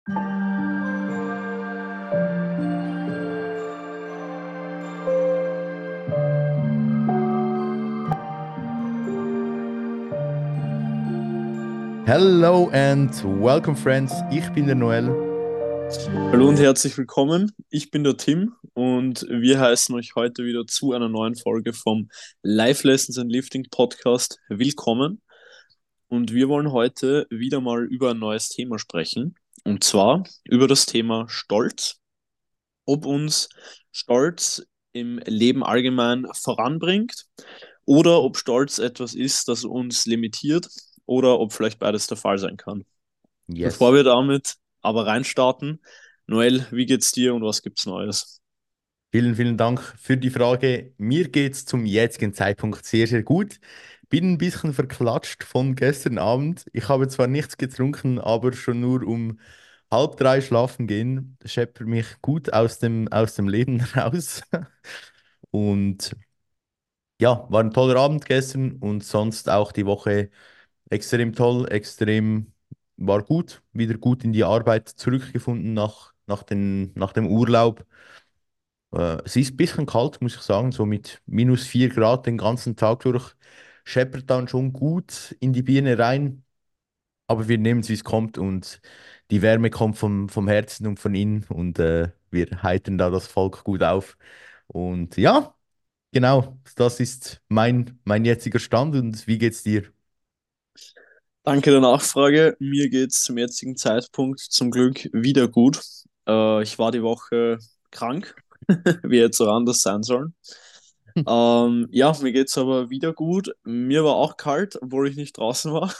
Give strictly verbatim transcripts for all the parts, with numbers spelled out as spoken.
Hello and welcome, friends. Ich bin der Noel. Hallo und herzlich willkommen. Ich bin der Tim und wir heißen euch heute wieder zu einer neuen Folge vom Life Lessons and Lifting Podcast willkommen. Und wir wollen heute wieder mal über ein neues Thema sprechen. Und zwar über das Thema Stolz. Ob uns Stolz im Leben allgemein voranbringt oder ob Stolz etwas ist, das uns limitiert oder ob vielleicht beides der Fall sein kann. Bevor Yes. wir damit aber reinstarten, Noel, wie geht's dir und was gibt's Neues? Vielen, vielen Dank für die Frage. Mir geht's zum jetzigen Zeitpunkt sehr, sehr gut. Bin ein bisschen verklatscht von gestern Abend. Ich habe zwar nichts getrunken, aber schon nur um halb drei schlafen gehen, schepper mich gut aus dem, aus dem Leben raus. Und ja, war ein toller Abend gestern und sonst auch die Woche extrem toll, extrem war gut, wieder gut in die Arbeit zurückgefunden nach, nach, den, nach dem Urlaub. Äh, es ist ein bisschen kalt, muss ich sagen, so mit minus vier Grad den ganzen Tag durch. Scheppert dann schon gut in die Birne rein, aber wir nehmen es, wie es kommt und die Wärme kommt vom, vom Herzen und von innen und äh, wir heitern da das Volk gut auf. Und ja, genau, das ist mein, mein jetziger Stand und wie geht's dir? Danke der Nachfrage. Mir geht's zum jetzigen Zeitpunkt zum Glück wieder gut. Äh, ich war die Woche krank, wie jetzt so anders sein sollen. Ähm, ja, mir geht's aber wieder gut. Mir war auch kalt, obwohl ich nicht draußen war.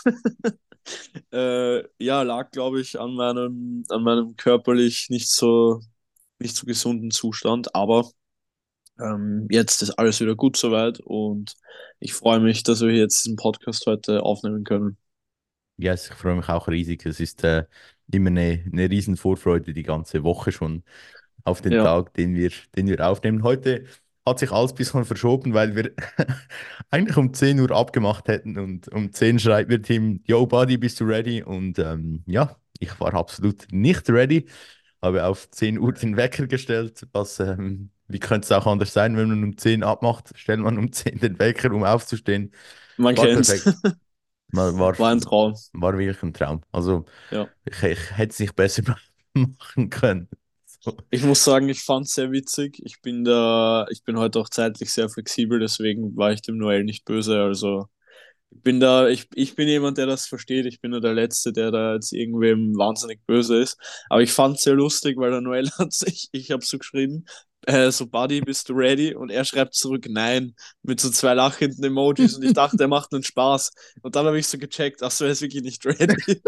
Äh, ja, lag, glaube ich, an meinem, an meinem körperlich nicht so, nicht so gesunden Zustand. Aber ähm, jetzt ist alles wieder gut soweit und ich freue mich, dass wir jetzt diesen Podcast heute aufnehmen können. Yes, ich freue mich auch riesig. Es ist äh, immer eine, eine riesen Vorfreude die ganze Woche schon auf den Ja, Tag, den wir, den wir aufnehmen. Heute hat sich alles ein bisschen verschoben, weil wir eigentlich um zehn Uhr abgemacht hätten und um zehn schreibt mir Tim, Yo Buddy, bist du ready? Und ähm, ja, ich war absolut nicht ready, habe auf zehn Uhr den Wecker gestellt, was, ähm, wie könnte es auch anders sein, wenn man um zehn abmacht, stellt man um zehn den Wecker, um aufzustehen. man War kennt's. perfekt. War, war, War ein Traum. war wirklich ein Traum. Also Ja. ich, ich hätte es nicht besser machen können. So. Ich muss sagen, ich fand's sehr witzig. Ich bin da, ich bin heute auch zeitlich sehr flexibel, deswegen war ich dem Noel nicht böse. Also ich bin da, ich, ich bin jemand, der das versteht. Ich bin nur der Letzte, der da jetzt irgendwem wahnsinnig böse ist. Aber ich fand's sehr lustig, weil der Noel hat sich, ich habe so geschrieben, äh, so Buddy, bist du ready? Und er schreibt zurück, nein, mit so zwei lachenden Emojis. Und ich dachte, er macht einen Spaß. Und dann habe ich so gecheckt, ach so, er ist wirklich nicht ready.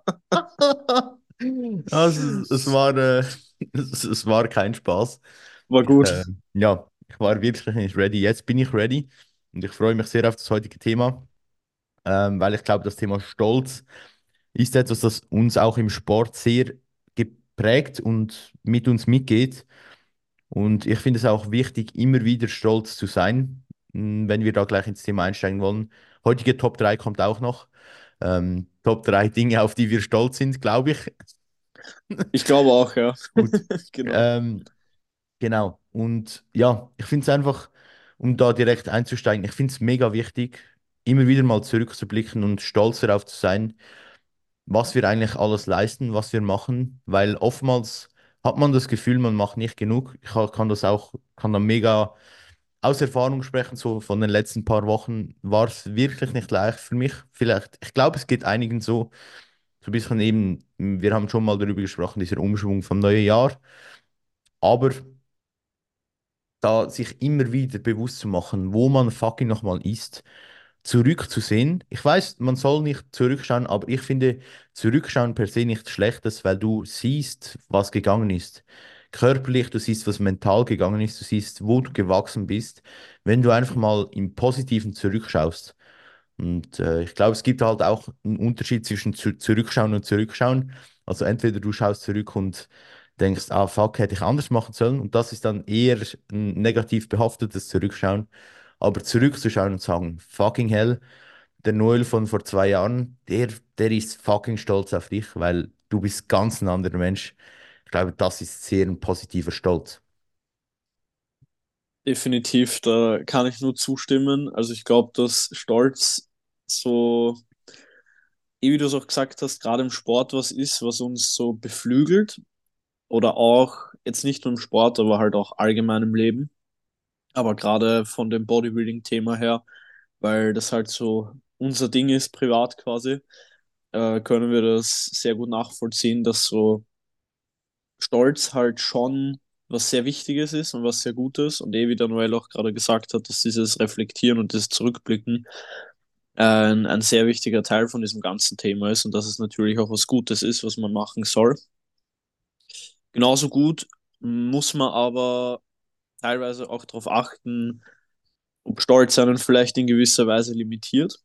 Also, es, es war, äh, es, es war kein Spaß. War Ich, gut. äh, ja, ich war wirklich nicht ready. Jetzt bin ich ready und ich freue mich sehr auf das heutige Thema, ähm, weil ich glaube, das Thema Stolz ist etwas, das uns auch im Sport sehr geprägt und mit uns mitgeht. Und ich finde es auch wichtig, immer wieder stolz zu sein, mh, wenn wir da gleich ins Thema einsteigen wollen. Heutige Top drei kommt auch noch. Ähm, Top drei Dinge, auf die wir stolz sind, glaube ich. Ich glaube auch, ja. Gut. Genau. Ähm, genau. Und ja, ich finde es einfach, um da direkt einzusteigen, ich finde es mega wichtig, immer wieder mal zurückzublicken und stolz darauf zu sein, was wir eigentlich alles leisten, was wir machen, weil oftmals hat man das Gefühl, man macht nicht genug. Ich ha- kann das auch, kann da mega aus Erfahrung sprechen, so von den letzten paar Wochen war es wirklich nicht leicht für mich. Vielleicht, ich glaube, es geht einigen so, so ein bisschen eben, wir haben schon mal darüber gesprochen, dieser Umschwung vom neuen Jahr, aber da sich immer wieder bewusst zu machen, wo man fucking nochmal ist, zurückzusehen. Ich weiß, man soll nicht zurückschauen, aber ich finde zurückschauen per se nichts Schlechtes, weil du siehst, was gegangen ist. Körperlich, du siehst, was mental gegangen ist, du siehst, wo du gewachsen bist, wenn du einfach mal im Positiven zurückschaust. Und äh, ich glaube, es gibt halt auch einen Unterschied zwischen zu zurückschauen und zurückschauen. Also entweder du schaust zurück und denkst, ah fuck, hätte ich anders machen sollen. Und das ist dann eher ein negativ behaftetes Zurückschauen. Aber zurückzuschauen und sagen, fucking hell, der Noel von vor zwei Jahren, der, der ist fucking stolz auf dich, weil du bist ganz ein anderer Mensch. Ich glaube, das ist sehr ein positiver Stolz. Definitiv, da kann ich nur zustimmen. Also ich glaube, dass Stolz so, eh wie du es auch gesagt hast, gerade im Sport was ist, was uns so beflügelt oder auch jetzt nicht nur im Sport, aber halt auch allgemein im Leben. Aber gerade von dem Bodybuilding-Thema her, weil das halt so unser Ding ist, privat quasi, äh, können wir das sehr gut nachvollziehen, dass so Stolz halt schon was sehr Wichtiges ist und was sehr Gutes. Und eh wie der Noel auch gerade gesagt hat, dass dieses Reflektieren und das Zurückblicken äh, ein, ein sehr wichtiger Teil von diesem ganzen Thema ist und dass es natürlich auch was Gutes ist, was man machen soll. Genauso gut muss man aber teilweise auch darauf achten, ob Stolz einen vielleicht in gewisser Weise limitiert.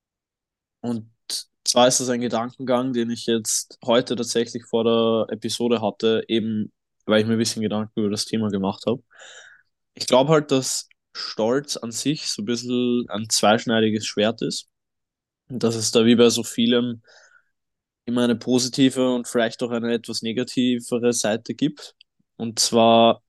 Und zwar ist das ein Gedankengang, den ich jetzt heute tatsächlich vor der Episode hatte, eben weil ich mir ein bisschen Gedanken über das Thema gemacht habe. Ich glaube halt, dass Stolz an sich so ein bisschen ein zweischneidiges Schwert ist. Und dass es da wie bei so vielem immer eine positive und vielleicht auch eine etwas negativere Seite gibt. Und zwar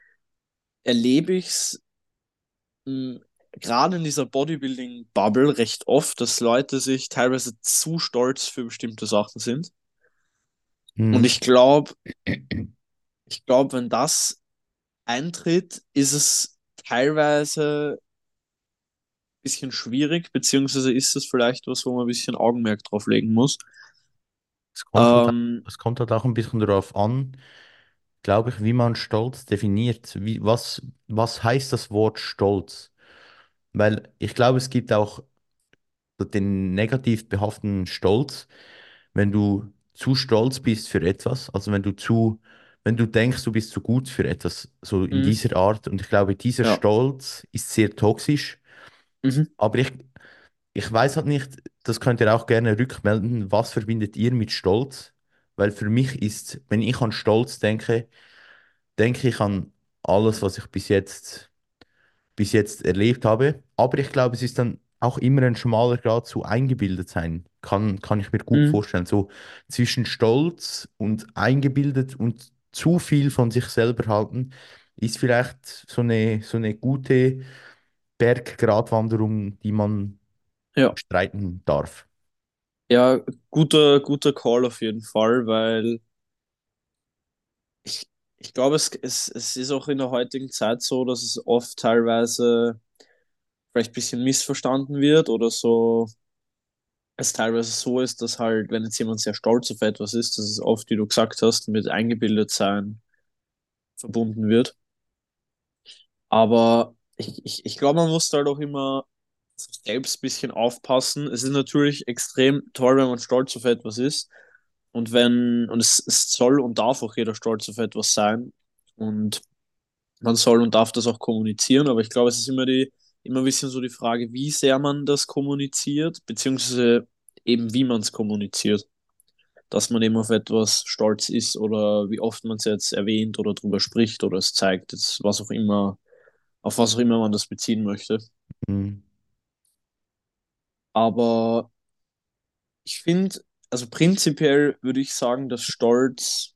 erlebe ich es gerade in dieser Bodybuilding-Bubble recht oft, dass Leute sich teilweise zu stolz für bestimmte Sachen sind. Und Mhm. ich glaube, ich glaube, wenn das eintritt, ist es teilweise ein bisschen schwierig, beziehungsweise ist es vielleicht was, wo man ein bisschen Augenmerk drauf legen muss. Es kommt halt, Ähm, es kommt halt auch ein bisschen darauf an, glaube ich, wie man Stolz definiert. Wie, was, was heißt das Wort Stolz? Weil ich glaube, es gibt auch so den negativ behafteten Stolz, wenn du zu stolz bist für etwas, also wenn du zu, wenn du denkst, du bist zu gut für etwas, so in mh, dieser Art. Und ich glaube, dieser ja, Stolz ist sehr toxisch. mhm, Aber ich, ich weiß halt nicht, das könnt ihr auch gerne rückmelden, was verbindet ihr mit Stolz? Weil für mich ist, wenn ich an Stolz denke, denke ich an alles, was ich bis jetzt bis jetzt erlebt habe. Aber ich glaube, es ist dann auch immer ein schmaler Grad zu eingebildet sein. Kann, kann ich mir gut mh, vorstellen. So zwischen Stolz und eingebildet und zu viel von sich selber halten, ist vielleicht so eine, so eine gute Berggratwanderung, die man ja, streiten darf. ja, guter, guter Call auf jeden Fall, weil ich, ich glaube, es, es, es ist auch in der heutigen Zeit so, dass es oft teilweise vielleicht ein bisschen missverstanden wird oder so es teilweise so ist, dass halt, wenn jetzt jemand sehr stolz auf etwas ist, dass es oft, wie du gesagt hast, mit eingebildet sein verbunden wird. Aber ich, ich, ich glaube, man muss da halt auch immer selbst ein bisschen aufpassen. Es ist natürlich extrem toll, wenn man stolz auf etwas ist. Und wenn, und es, es soll und darf auch jeder stolz auf etwas sein. Und man soll und darf das auch kommunizieren, aber ich glaube, es ist immer die, immer ein bisschen so die Frage, wie sehr man das kommuniziert, beziehungsweise eben wie man es kommuniziert. Dass man eben auf etwas stolz ist oder wie oft man es jetzt erwähnt oder drüber spricht oder es zeigt, jetzt was auch immer, auf was auch immer man das beziehen möchte. Mhm. Aber ich finde, also prinzipiell würde ich sagen, dass Stolz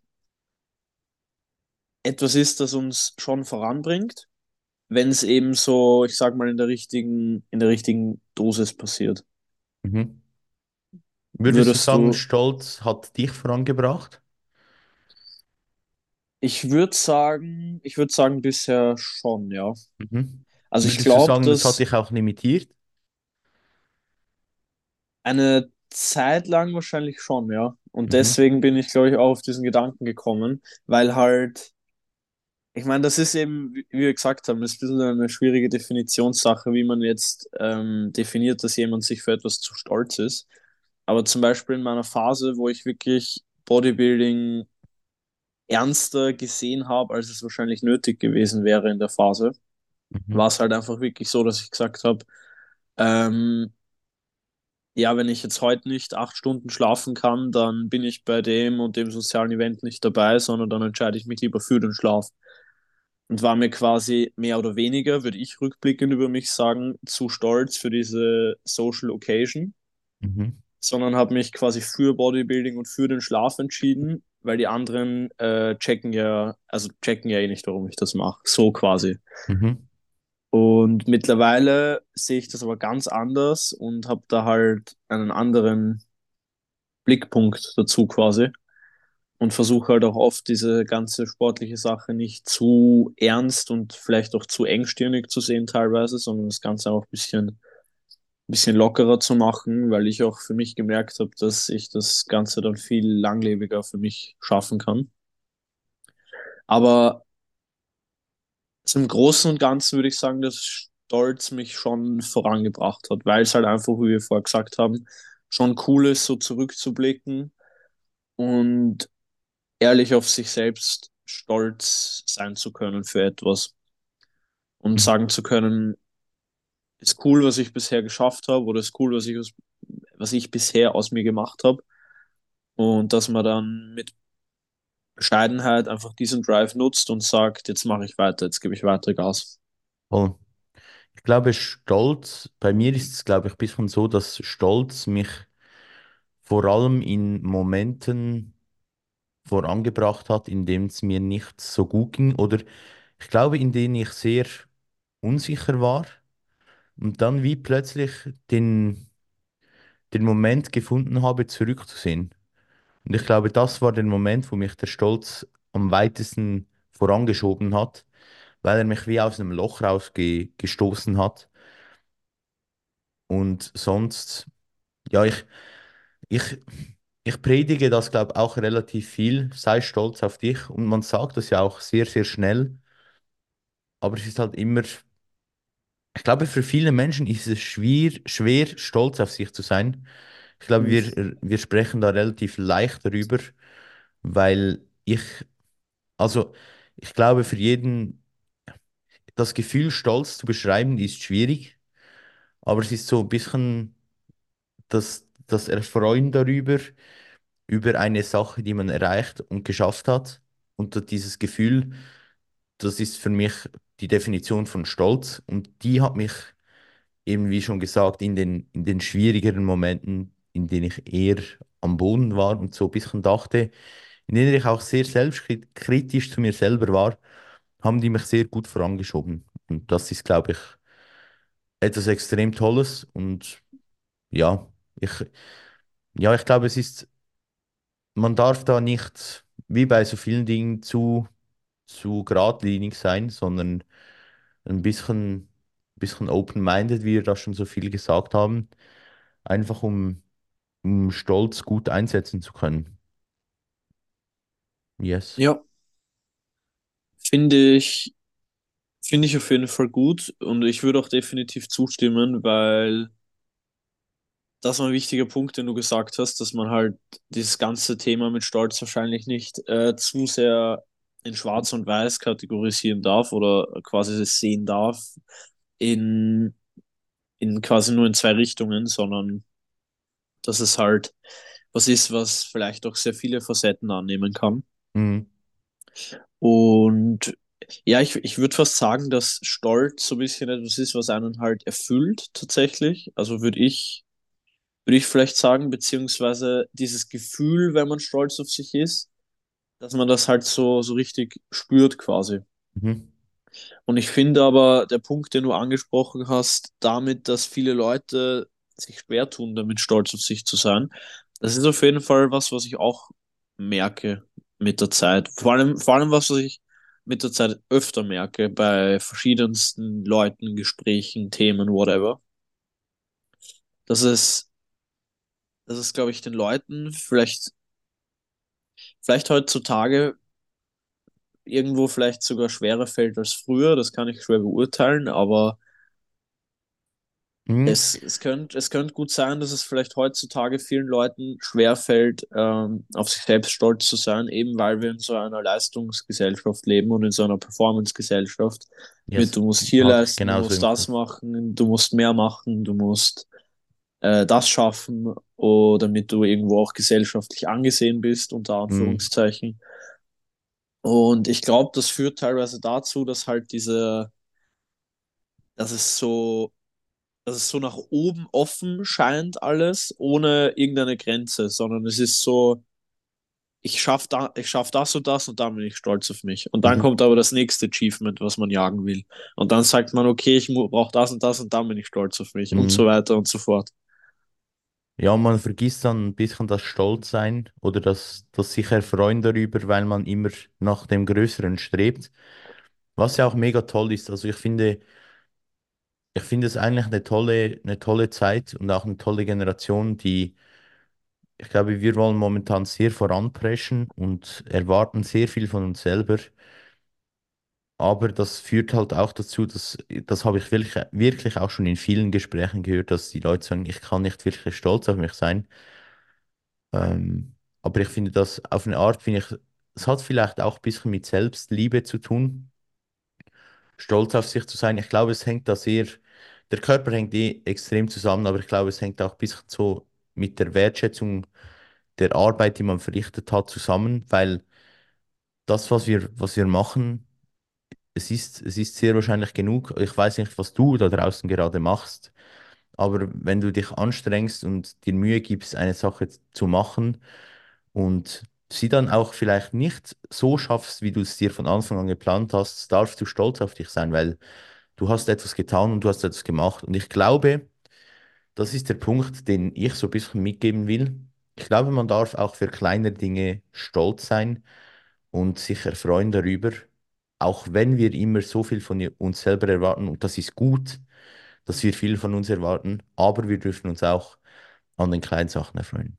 etwas ist, das uns schon voranbringt, wenn es eben so, ich sag mal, in der richtigen, in der richtigen Dosis passiert. Mhm. Würdest du Würdest sagen, du, Stolz hat dich vorangebracht? ich würde sagen, ich würde sagen, bisher schon, ja. Mhm. Also ich Würdest du glaube, sagen, das hat dass dich auch limitiert? eine Zeit lang wahrscheinlich schon, ja. Und Mhm. deswegen bin ich, glaube ich, auch auf diesen Gedanken gekommen, weil halt, ich meine, das ist eben, wie wir gesagt haben, das ist ein bisschen eine schwierige Definitionssache, wie man jetzt ähm, definiert, dass jemand sich für etwas zu stolz ist. Aber zum Beispiel in meiner Phase, wo ich wirklich Bodybuilding ernster gesehen habe, als es wahrscheinlich nötig gewesen wäre in der Phase, war Mhm. es halt einfach wirklich so, dass ich gesagt habe, ähm, ja, wenn ich jetzt heute nicht acht Stunden schlafen kann, dann bin ich bei dem und dem sozialen Event nicht dabei, sondern dann entscheide ich mich lieber für den Schlaf. Und war mir quasi mehr oder weniger, würde ich rückblickend über mich sagen, zu stolz für diese Social Occasion. Mhm. sondern habe mich quasi für Bodybuilding und für den Schlaf entschieden, weil die anderen äh, checken ja, also checken ja eh nicht, warum ich das mache. So quasi. Mhm. Und mittlerweile sehe ich das aber ganz anders und habe da halt einen anderen Blickpunkt dazu quasi und versuche halt auch oft diese ganze sportliche Sache nicht zu ernst und vielleicht auch zu engstirnig zu sehen teilweise, sondern das Ganze auch ein bisschen, bisschen lockerer zu machen, weil ich auch für mich gemerkt habe, dass ich das Ganze dann viel langlebiger für mich schaffen kann. Aber zum Großen und Ganzen würde ich sagen, dass Stolz mich schon vorangebracht hat, weil es halt einfach, wie wir vorher gesagt haben, schon cool ist, so zurückzublicken und ehrlich auf sich selbst stolz sein zu können für etwas und Mhm. sagen zu können, ist cool, was ich bisher geschafft habe oder ist cool, was ich, aus, was ich bisher aus mir gemacht habe und dass man dann mit Bescheidenheit einfach diesen Drive nutzt und sagt, jetzt mache ich weiter, jetzt gebe ich weiter Gas. Voll. Ich glaube, Stolz, bei mir ist es, glaube ich, ein bisschen so, dass Stolz mich vor allem in Momenten vorangebracht hat, in denen es mir nicht so gut ging oder ich glaube, in denen ich sehr unsicher war und dann wie plötzlich den, den Moment gefunden habe, zurückzusehen. Und ich glaube, das war der Moment, wo mich der Stolz am weitesten vorangeschoben hat, weil er mich wie aus einem Loch rausgestoßen hat. Und sonst, ja, ich, ich, ich predige das, glaube ich, auch relativ viel. Sei stolz auf dich. Und man sagt das ja auch sehr, sehr schnell. Aber es ist halt immer, ich glaube, für viele Menschen ist es schwer, schwer, stolz auf sich zu sein. Ich glaube, Hm. wir, wir sprechen da relativ leicht darüber, weil ich, also, ich glaube, für jeden, das Gefühl, stolz zu beschreiben, ist schwierig. Aber es ist so ein bisschen das, das Erfreuen darüber, über eine Sache, die man erreicht und geschafft hat. Und dieses Gefühl, das ist für mich die Definition von Stolz. Und die hat mich eben, wie schon gesagt, in den, in den schwierigeren Momenten, in denen ich eher am Boden war und so ein bisschen dachte, in denen ich auch sehr selbstkritisch zu mir selber war, haben die mich sehr gut vorangeschoben. Und das ist, glaube ich, etwas extrem Tolles. Und ja, ich, ja, ich glaube, es ist, man darf da nicht, wie bei so vielen Dingen, zu, zu geradlinig sein, sondern ein bisschen, bisschen open-minded, wie wir da schon so viel gesagt haben, einfach um, um Stolz gut einsetzen zu können. Yes. Ja, finde ich, finde ich auf jeden Fall gut und ich würde auch definitiv zustimmen, weil das war ein wichtiger Punkt, den du gesagt hast, dass man halt dieses ganze Thema mit Stolz wahrscheinlich nicht äh, zu sehr in Schwarz und Weiß kategorisieren darf oder quasi es sehen darf in, in quasi nur in zwei Richtungen, sondern dass es halt was ist, was vielleicht auch sehr viele Facetten annehmen kann. Mhm. Und ja, ich, ich würde fast sagen, dass Stolz so ein bisschen etwas ist, was einen halt erfüllt tatsächlich. Also würde ich würde ich vielleicht sagen, beziehungsweise dieses Gefühl, wenn man stolz auf sich ist, dass man das halt so, so richtig spürt quasi. Mhm. Und ich finde aber, der Punkt, den du angesprochen hast, damit, dass viele Leute sich schwer tun, damit stolz auf sich zu sein, das ist auf jeden Fall was, was ich auch merke mit der Zeit. Vor allem, vor allem was, was ich mit der Zeit öfter merke, bei verschiedensten Leuten, Gesprächen, Themen, whatever. Dass es, dass es, glaube ich, den Leuten vielleicht vielleicht heutzutage irgendwo vielleicht sogar schwerer fällt als früher, das kann ich schwer beurteilen, aber Mhm. es, es könnte es könnt gut sein, dass es vielleicht heutzutage vielen Leuten schwer fällt, ähm, auf sich selbst stolz zu sein, eben weil wir in so einer Leistungsgesellschaft leben und in so einer Performance-Gesellschaft mit Yes. du musst hier Hatte ich leisten, du genauso musst im das Kopf. machen, du musst mehr machen, du musst äh, das schaffen, oder damit du irgendwo auch gesellschaftlich angesehen bist, unter Mhm. Anführungszeichen. Und ich glaube, das führt teilweise dazu, dass halt diese, dass es so dass es so nach oben offen scheint alles, ohne irgendeine Grenze, sondern es ist so, ich schaff da, ich schaff das und das und dann bin ich stolz auf mich. Und dann Mhm. kommt aber das nächste Achievement, was man jagen will. Und dann sagt man, okay, ich brauche das und das und dann bin ich stolz auf mich und so Mhm. weiter und so fort. Ja, man vergisst dann ein bisschen das Stolzsein oder das, das sich erfreuen darüber, weil man immer nach dem Größeren strebt. Was ja auch mega toll ist. Also ich finde, ich finde es eigentlich eine tolle, eine tolle Zeit und auch eine tolle Generation, die, ich glaube, wir wollen momentan sehr voranpreschen und erwarten sehr viel von uns selber. Aber das führt halt auch dazu, dass, das habe ich wirklich, wirklich auch schon in vielen Gesprächen gehört, dass die Leute sagen, ich kann nicht wirklich stolz auf mich sein. Ähm, aber ich finde das auf eine Art, finde ich, es hat vielleicht auch ein bisschen mit Selbstliebe zu tun, stolz auf sich zu sein. Ich glaube, es hängt da sehr, der Körper hängt eh extrem zusammen, aber ich glaube, es hängt auch ein bisschen so mit der Wertschätzung der Arbeit, die man verrichtet hat, zusammen, weil das, was wir, was wir machen, es ist, es ist sehr wahrscheinlich genug. Ich weiß nicht, was du da draußen gerade machst, aber wenn du dich anstrengst und dir Mühe gibst, eine Sache zu machen und sie dann auch vielleicht nicht so schaffst, wie du es dir von Anfang an geplant hast, darfst du stolz auf dich sein, weil du hast etwas getan und du hast etwas gemacht. Und ich glaube, das ist der Punkt, den ich so ein bisschen mitgeben will. Ich glaube, man darf auch für kleine Dinge stolz sein und sich erfreuen darüber, auch wenn wir immer so viel von ihr- uns selber erwarten. Und das ist gut, dass wir viel von uns erwarten, aber wir dürfen uns auch an den kleinen Sachen erfreuen.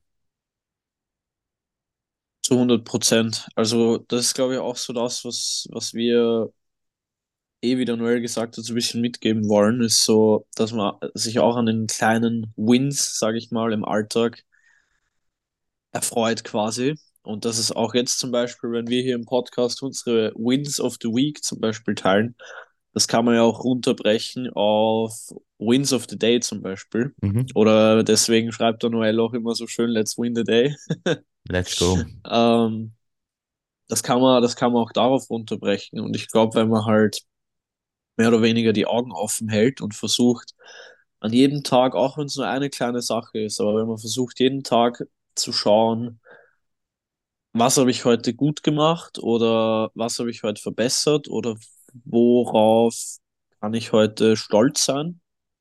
Zu hundert Prozent. Also das ist, glaube ich, auch so das, was, was wir eh, wie der Noel gesagt hat, so ein bisschen mitgeben wollen, ist so, dass man sich auch an den kleinen Wins, sage ich mal, im Alltag erfreut quasi. Und das ist auch jetzt zum Beispiel, wenn wir hier im Podcast unsere Wins of the Week zum Beispiel teilen, das kann man ja auch runterbrechen auf Wins of the Day zum Beispiel. Mhm. Oder deswegen schreibt der Noel auch immer so schön, Let's win the day. Let's go. ähm, das kann man, das kann man auch darauf runterbrechen. Und ich glaube, wenn man halt mehr oder weniger die Augen offen hält und versucht, an jedem Tag, auch wenn es nur eine kleine Sache ist, aber wenn man versucht, jeden Tag zu schauen, was habe ich heute gut gemacht oder was habe ich heute verbessert oder worauf kann ich heute stolz sein?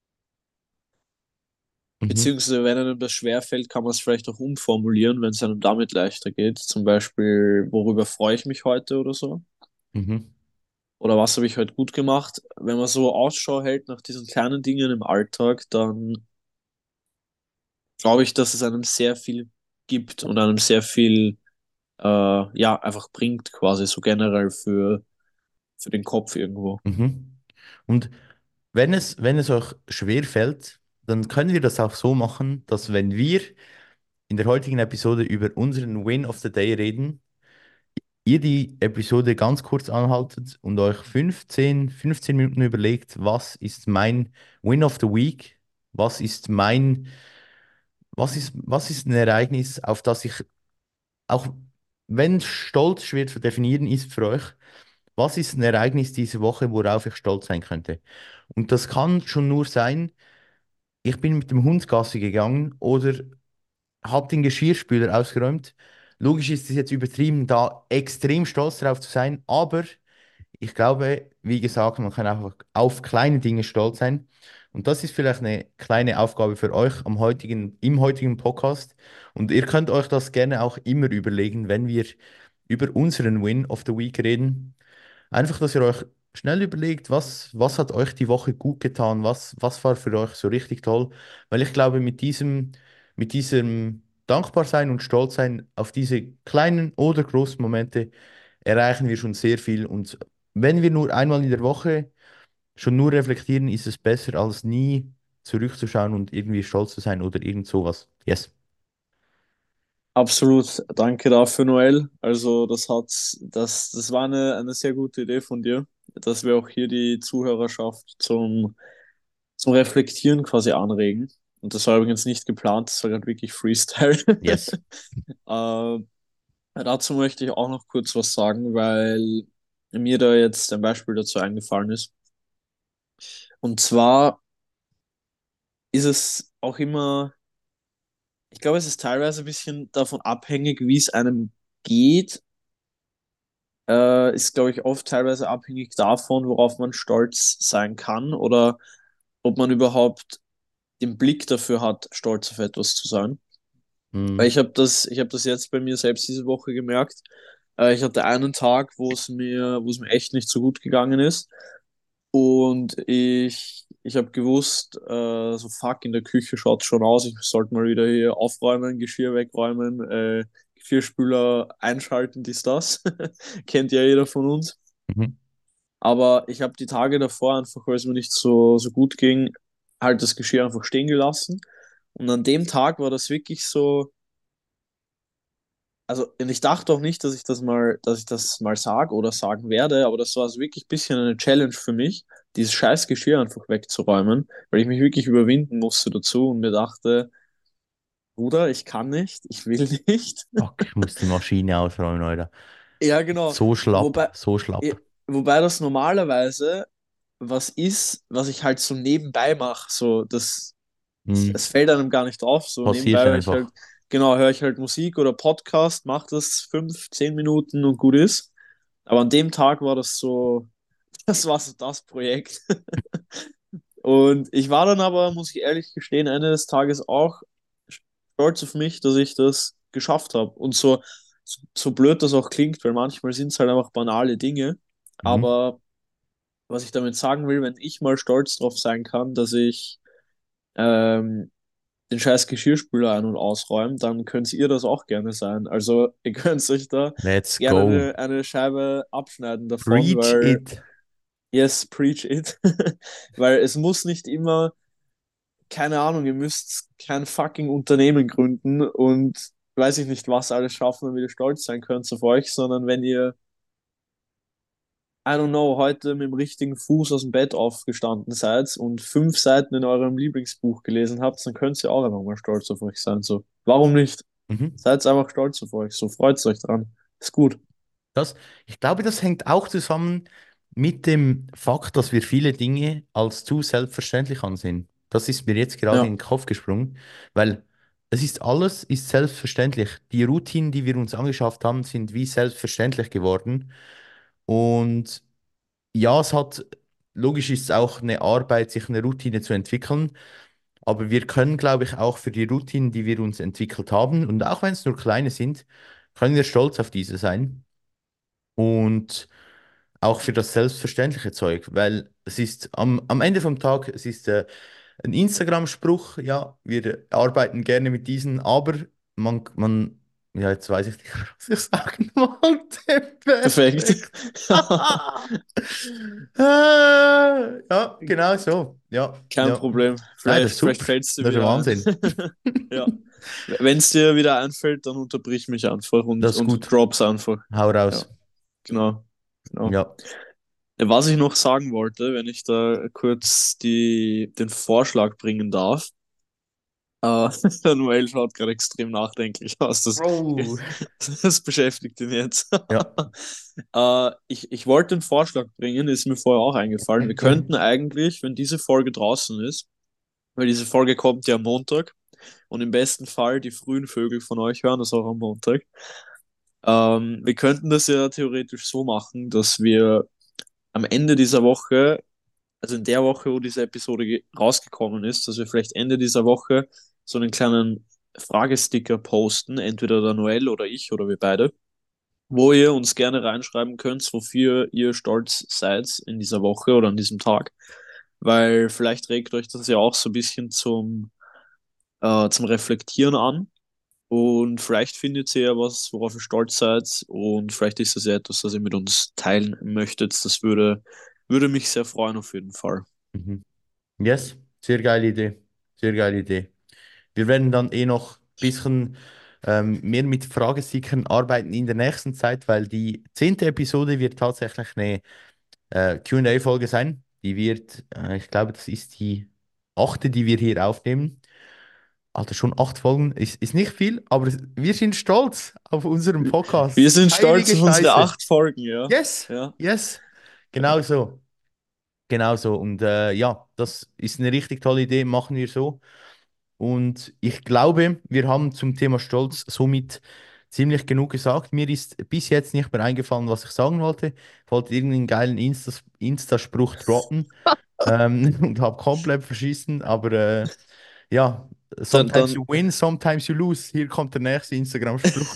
Mhm. Beziehungsweise, wenn einem das schwerfällt, kann man es vielleicht auch umformulieren, wenn es einem damit leichter geht. Zum Beispiel, worüber freue ich mich heute oder so? Mhm. Oder was habe ich heute gut gemacht? Wenn man so Ausschau hält nach diesen kleinen Dingen im Alltag, dann glaube ich, dass es einem sehr viel gibt und einem sehr viel, äh, ja, einfach bringt, quasi so generell für, für den Kopf irgendwo. Mhm. Und wenn es, wenn es euch schwer fällt, dann können wir das auch so machen, dass wenn wir in der heutigen Episode über unseren Win of the Day reden, ihr die Episode ganz kurz anhaltet und euch fünfzehn, fünfzehn Minuten überlegt, was ist mein Win of the Week, was ist mein, was ist, was ist ein Ereignis, auf das ich, auch wenn Stolz schwer zu definieren ist für euch, was ist ein Ereignis diese Woche, worauf ich stolz sein könnte? Und das kann schon nur sein, ich bin mit dem Hund Gassi gegangen oder habe den Geschirrspüler ausgeräumt. Logisch ist es jetzt übertrieben, da extrem stolz drauf zu sein, aber ich glaube, wie gesagt, man kann auch auf kleine Dinge stolz sein. Und das ist vielleicht eine kleine Aufgabe für euch am heutigen, im heutigen Podcast. Und ihr könnt euch das gerne auch immer überlegen, wenn wir über unseren Win of the Week reden. Einfach, dass ihr euch schnell überlegt, was, was hat euch die Woche gut getan, was, was war für euch so richtig toll. Weil ich glaube, mit diesem, mit diesem Dankbarsein und Stolzsein auf diese kleinen oder großen Momente erreichen wir schon sehr viel. Und wenn wir nur einmal in der Woche schon nur reflektieren, ist es besser, als nie zurückzuschauen und irgendwie stolz zu sein oder irgend sowas. Yes. Absolut, danke dafür, Noel. Also das hat, das, das war eine, eine sehr gute Idee von dir, dass wir auch hier die Zuhörerschaft zum, zum Reflektieren quasi anregen. Und das war übrigens nicht geplant, das war gerade wirklich Freestyle. Yes. äh, Dazu möchte ich auch noch kurz was sagen, weil mir da jetzt ein Beispiel dazu eingefallen ist. Und zwar ist es auch immer, ich glaube, es ist teilweise ein bisschen davon abhängig, wie es einem geht. Äh, ist, glaube ich, oft teilweise abhängig davon, worauf man stolz sein kann oder ob man überhaupt den Blick dafür hat, stolz auf etwas zu sein. Weil Mhm. ich habe das, ich habe das jetzt bei mir selbst diese Woche gemerkt. Äh, ich hatte einen Tag, wo es mir, wo es mir echt nicht so gut gegangen ist. Und ich, ich habe gewusst, äh, so fuck, in der Küche schaut schon aus. Ich sollte mal wieder hier aufräumen, Geschirr wegräumen, äh, Geschirrspüler einschalten, dies, das. Kennt ja jeder von uns. Mhm. Aber ich habe die Tage davor einfach, weil es mir nicht so, so gut ging, halt das Geschirr einfach stehen gelassen. Und an dem Tag war das wirklich so, also und ich dachte auch nicht, dass ich das mal, dass ich das mal sage oder sagen werde, aber das war so wirklich ein bisschen eine Challenge für mich, dieses scheiß Geschirr einfach wegzuräumen, weil ich mich wirklich überwinden musste dazu und mir dachte, Bruder, ich kann nicht, ich will nicht. Fuck, ich muss die Maschine ausräumen, Alter. Ja, genau. So schlapp, Wobei, so schlapp. wobei das normalerweise was ist, was ich halt so nebenbei mache. So, das, es, Mhm. es fällt einem gar nicht auf. So Passiert nebenbei höre ich halt, einfach. genau, höre ich halt Musik oder Podcast, mache das fünf, zehn Minuten und gut ist. Aber an dem Tag war das so, das war so das Projekt. Und ich war dann aber, muss ich ehrlich gestehen, Ende des Tages auch stolz auf mich, dass ich das geschafft habe. Und so, so, so blöd das auch klingt, weil manchmal sind es halt einfach banale Dinge. Mhm. Aber was ich damit sagen will, wenn ich mal stolz drauf sein kann, dass ich ähm, den scheiß Geschirrspüler ein- und ausräume, dann könnt ihr das auch gerne sein. Also ihr könnt euch da Let's gerne go. eine, eine Scheibe abschneiden davon, Preach weil, it. yes, preach it. Weil es muss nicht immer, keine Ahnung, ihr müsst kein fucking Unternehmen gründen und weiß ich nicht, was alles schaffen, damit ihr stolz sein könnt auf euch, sondern wenn ihr I don't know, heute mit dem richtigen Fuß aus dem Bett aufgestanden seid und fünf Seiten in eurem Lieblingsbuch gelesen habt, dann könnt ihr auch einfach mal stolz auf euch sein. So, warum nicht? Mhm. Seid einfach stolz auf euch. So, freut euch dran. Ist gut. Das, ich glaube, das hängt auch zusammen mit dem Fakt, dass wir viele Dinge als zu selbstverständlich ansehen. Das ist mir jetzt gerade in Ja. den Kopf gesprungen, weil es ist alles ist selbstverständlich. Die Routinen, die wir uns angeschafft haben, sind wie selbstverständlich geworden. Und ja, es hat, logisch ist es auch eine Arbeit, sich eine Routine zu entwickeln, aber wir können, glaube ich, auch für die Routinen, die wir uns entwickelt haben, und auch wenn es nur kleine sind, können wir stolz auf diese sein. Und auch für das selbstverständliche Zeug, weil es ist am, am Ende vom Tag, es ist äh, ein Instagram-Spruch, ja, wir arbeiten gerne mit diesen, aber man, man, ja, jetzt weiß ich nicht, was ich sagen wollte. Perfekt. Perfekt. Äh, ja, genau so. Ja, Kein ja. Problem. Nein, das Vielleicht, ist vielleicht super. fällt es dir Das ist der wieder ein. Wahnsinn. Ja. Wenn es dir wieder einfällt, dann unterbrich mich einfach und, Das ist und gut. drops einfach. Hau Ja, raus. genau. Genau. Ja. Was ich noch sagen wollte, wenn ich da kurz die, den Vorschlag bringen darf. Äh, der Noel schaut gerade extrem nachdenklich aus. Das, Bro. das beschäftigt ihn jetzt. Ja. äh, ich, ich wollte einen Vorschlag bringen, ist mir vorher auch eingefallen. Wir Okay. könnten eigentlich, wenn diese Folge draußen ist, weil diese Folge kommt ja am Montag und im besten Fall die frühen Vögel von euch hören das auch am Montag. Ähm, wir könnten das ja theoretisch so machen, dass wir am Ende dieser Woche, also in der Woche, wo diese Episode ge- rausgekommen ist, dass wir vielleicht Ende dieser Woche so einen kleinen Fragesticker posten, entweder der Noel oder ich oder wir beide, wo ihr uns gerne reinschreiben könnt, wofür ihr stolz seid in dieser Woche oder an diesem Tag. Weil vielleicht regt euch das ja auch so ein bisschen zum, äh, zum Reflektieren an. Und vielleicht findet ihr ja was, worauf ihr stolz seid. Und vielleicht ist das ja etwas, das ihr mit uns teilen möchtet. Das würde, würde mich sehr freuen, auf jeden Fall. Mhm. Yes, sehr geile Idee. Sehr geile Idee. Wir werden dann eh noch ein bisschen ähm, mehr mit Fragestickern arbeiten in der nächsten Zeit, weil die zehnte Episode wird tatsächlich eine äh, Q und A-Folge sein. Die wird, äh, ich glaube, das ist die achte, die wir hier aufnehmen. Alter, schon acht Folgen ist, ist nicht viel, aber wir sind stolz auf unseren Wir Podcast. sind stolz Heilige auf unsere Scheiße. acht Folgen, ja. Yes, Ja, yes, ja. genau so. Genau so. Und äh, ja, das ist eine richtig tolle Idee, machen wir so. Und ich glaube, wir haben zum Thema Stolz somit ziemlich genug gesagt. Mir ist bis jetzt nicht mehr eingefallen, was ich sagen wollte. Ich wollte irgendeinen geilen Instas Insta-Spruch droppen ähm, und habe komplett verschissen. Aber äh, ja, Dann, sometimes dann, you win, sometimes you lose. Hier kommt der nächste Instagram-Spruch.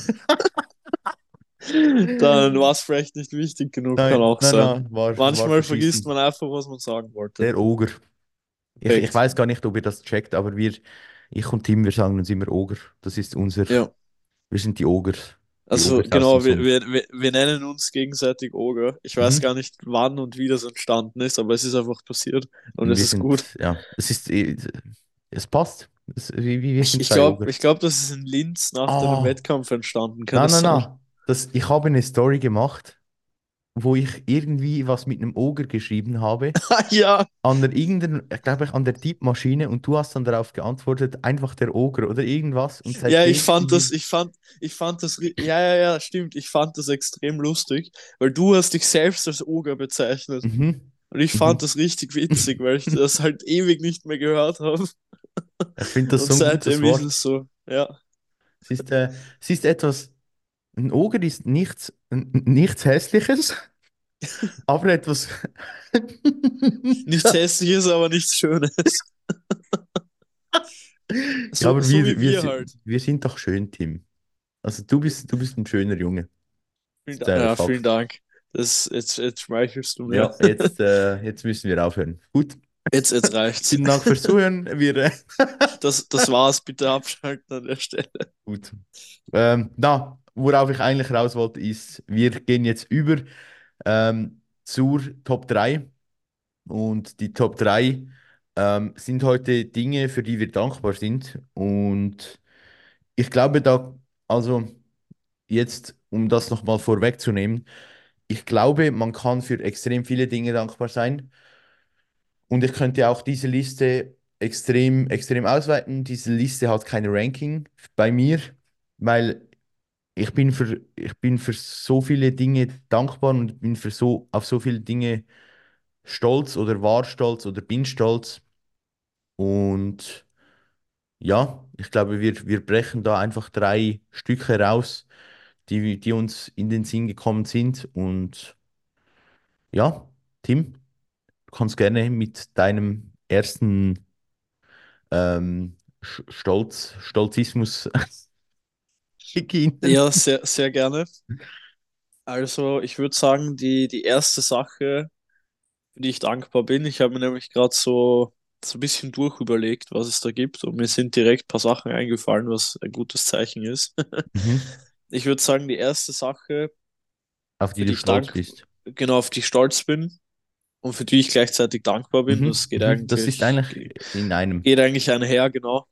dann war es vielleicht nicht wichtig genug, kann Nein, auch nein, sein. nein, war, war Manchmal vergisst man verschissen. einfach, was man sagen wollte. Der Oger. Ich, ich Perfekt. weiß gar nicht, ob ihr das checkt, aber wir, ich und Tim, wir sagen uns immer Oger. Das ist unser, Ja. wir sind die Oger. Die Also Ogers aus dem genau, wir, Sumpf. wir, wir wir nennen uns gegenseitig Oger. Ich weiß Mhm. gar nicht, wann und wie das entstanden ist, aber es ist einfach passiert und Und es wir ist gut. sind, ja, es ist, eh- es passt. Es, wie, wie, wir Ich, sind ich zwei glaube, Oger. ich glaub, das ist in Linz nach deinem Ah, Wettkampf entstanden, kann nein, das nein, sein? nein. Das, ich habe eine Story gemacht, wo ich irgendwie was mit einem Oger geschrieben habe. Ah ja, An der irgendeiner, glaube ich, an der Tippmaschine und du hast dann darauf geantwortet, einfach der Oger oder irgendwas. Und ja, ich seitdem fand sind wir. das, ich fand, ich fand das, ri- ja, ja, ja, stimmt, ich fand das extrem lustig, weil du hast dich selbst als Oger bezeichnet. Mhm, Und ich fand mhm. das richtig witzig, weil ich das halt ewig nicht mehr gehört habe. Ich finde das Und so ein gutes seitdem ist Wort. es so, ja. Es ist, äh, es ist etwas, ein Oger ist nichts, n- nichts Hässliches, aber etwas. Nichts Hässliches, aber nichts Schönes. Ja, So, aber so wir, wie wir, wir si- halt. wir sind doch schön, Tim. Also du bist, du bist ein schöner Junge. Das Vielen, ist Da- der ja, vielen Fakt. Dank. Das, jetzt, jetzt schmeichelst du mir. Ja, jetzt, äh, jetzt müssen wir aufhören. Gut, Jetzt, jetzt reicht's. vielen Dank fürs Zuhören. Wir, äh, Das, das war's. Bitte abschalten an der Stelle. gut. Ähm, na, worauf ich eigentlich raus wollte, ist, wir gehen jetzt über ähm, zur Top drei. Und die Top drei ähm, sind heute Dinge, für die wir dankbar sind. Und ich glaube, da, also jetzt, um das nochmal vorwegzunehmen, ich glaube, man kann für extrem viele Dinge dankbar sein. Und ich könnte auch diese Liste extrem, extrem ausweiten. Diese Liste hat kein Ranking bei mir, weil ich bin für, ich bin für so viele Dinge dankbar und bin für so, auf so viele Dinge stolz oder war stolz oder bin stolz. Und ja, ich glaube, wir, wir brechen da einfach drei Stücke raus, die, die uns in den Sinn gekommen sind. Und ja, Tim, du kannst gerne mit deinem ersten ähm, Sch- Stolz, Stolzismus beginnen. Ja, sehr, sehr gerne. Also, ich würde sagen, die, die erste Sache, für die ich dankbar bin, ich habe mir nämlich gerade so, so ein bisschen durchüberlegt, was es da gibt. Und mir sind direkt ein paar Sachen eingefallen, was ein gutes Zeichen ist. Mhm. Ich würde sagen, die erste Sache, Auf die für du die ich stolz dank, bist. genau auf die ich stolz bin und für die ich gleichzeitig dankbar bin, Mhm. das geht Mhm. Das ist eigentlich, eigentlich in einem. geht eigentlich einher, genau,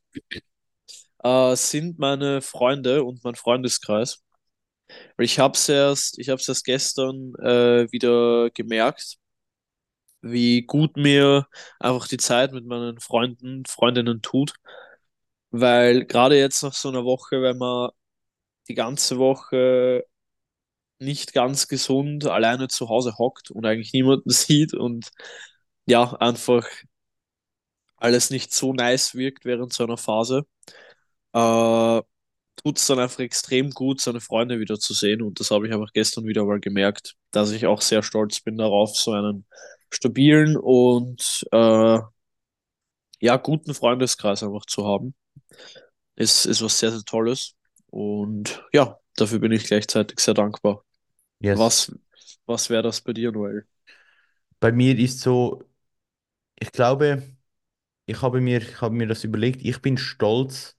äh, sind meine Freunde und mein Freundeskreis. Weil ich habe es erst, ich habe es erst gestern äh, wieder gemerkt, wie gut mir einfach die Zeit mit meinen Freunden, Freundinnen tut. Weil gerade jetzt nach so einer Woche, wenn man die ganze Woche nicht ganz gesund alleine zu Hause hockt und eigentlich niemanden sieht und ja, einfach alles nicht so nice wirkt während so einer Phase, äh, tut es dann einfach extrem gut, seine Freunde wieder zu sehen. Und das habe ich einfach gestern wieder mal gemerkt, dass ich auch sehr stolz bin darauf, so einen stabilen und äh, ja, guten Freundeskreis einfach zu haben. Ist, ist was sehr, sehr Tolles. Und ja, dafür bin ich gleichzeitig sehr dankbar. Yes. Was, was wäre das bei dir, Noel? Bei mir ist so, ich glaube, ich habe mir, ich habe mir das überlegt, ich bin stolz